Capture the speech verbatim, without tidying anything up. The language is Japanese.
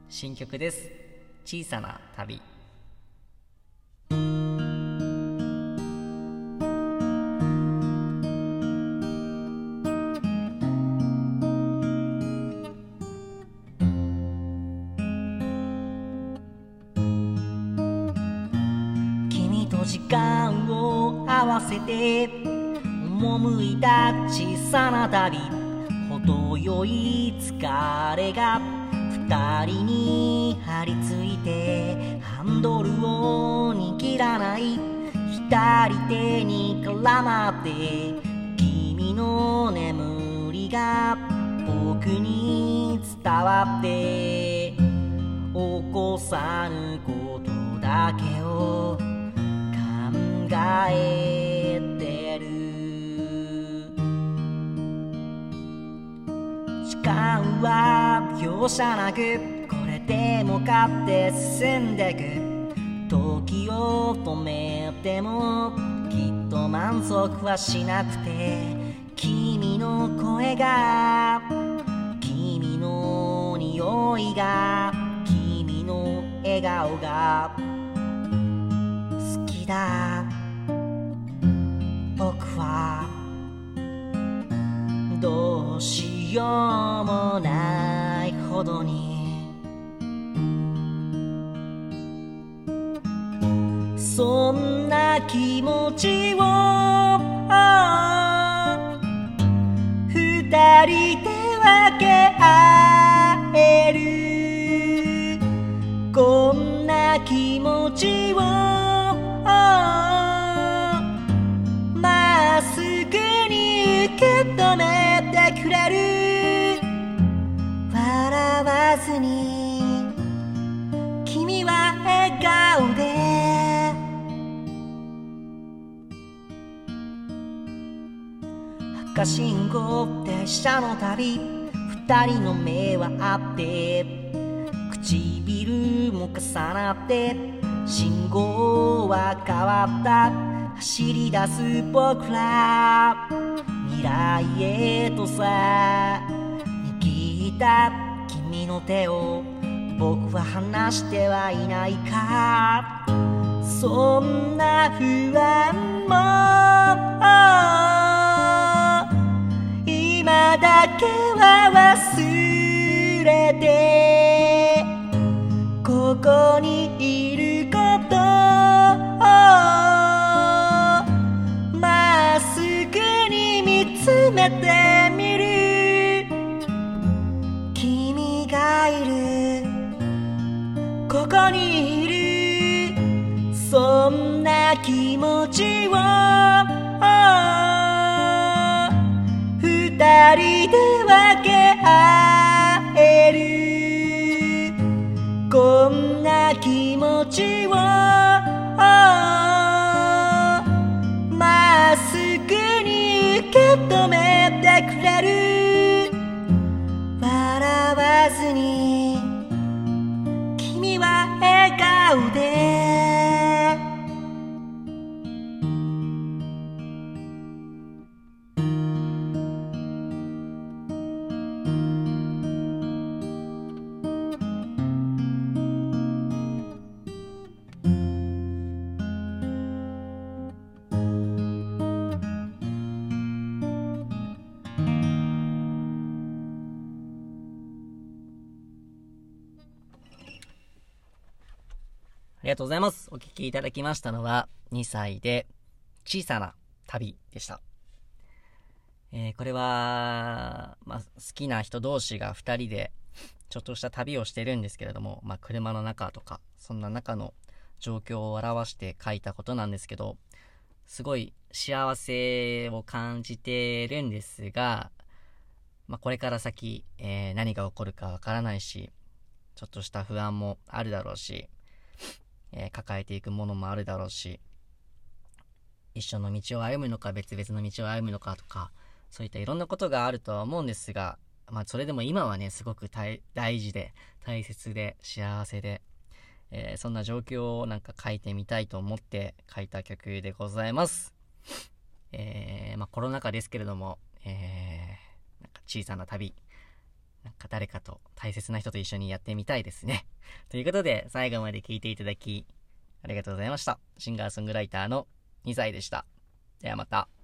新曲です。小さな旅。君と時間を合わせて赴いた小さな旅、程よい疲れが二人に張り付いてハンドルを握らない、左手に絡まって君の眠りが僕に伝わって、起こさぬことだけを考えてる。時間は容赦なくこれでもかって進んでく。時を止めてもきっと満足はしなくて、君の声が、君の匂いが、君の笑顔が好きだ。僕はどうしようもないほどにそんな気持ちを二人で分け合える。こんな気持ちをまっすぐに受け止めてくれる。笑わずに君は笑顔で、赤信号電車の旅、二人の目は合って唇も重なって、信号は変わった。走り出す僕ら未来へとさ、握った君の手を僕は離してはいないか。そんな不安も今だけは忘れて、ここにいることまっすぐに見つめてみる。君がいる、ここにいる、そんな気持ちを二人で分け合える。こんな気持ちをまっすぐに受け止めてくれる。笑わずに君は笑顔で、ありがとうございます。お聴きいただきましたのはにさいで小さな旅でした。えー、これは、まあ、好きな人同士がふたりでちょっとした旅をしてるんですけれども、まあ、車の中とかそんな中の状況を表して書いたことなんですけど、すごい幸せを感じてるんですが、まあ、これから先、えー、何が起こるかわからないし、ちょっとした不安もあるだろうし、えー、抱えていくものもあるだろうし、一緒の道を歩むのか別々の道を歩むのかとか、そういったいろんなことがあるとは思うんですが、まあそれでも今はねすごく大事で大切で幸せで、えー、そんな状況をなんか書いてみたいと思って書いた曲でございます。えー、まあコロナ禍ですけれども、えー、なんか小さな旅なんか誰かと大切な人と一緒にやってみたいですね。ということで最後まで聞いていただきありがとうございました。シンガーソングライターのにさいでした。ではまた。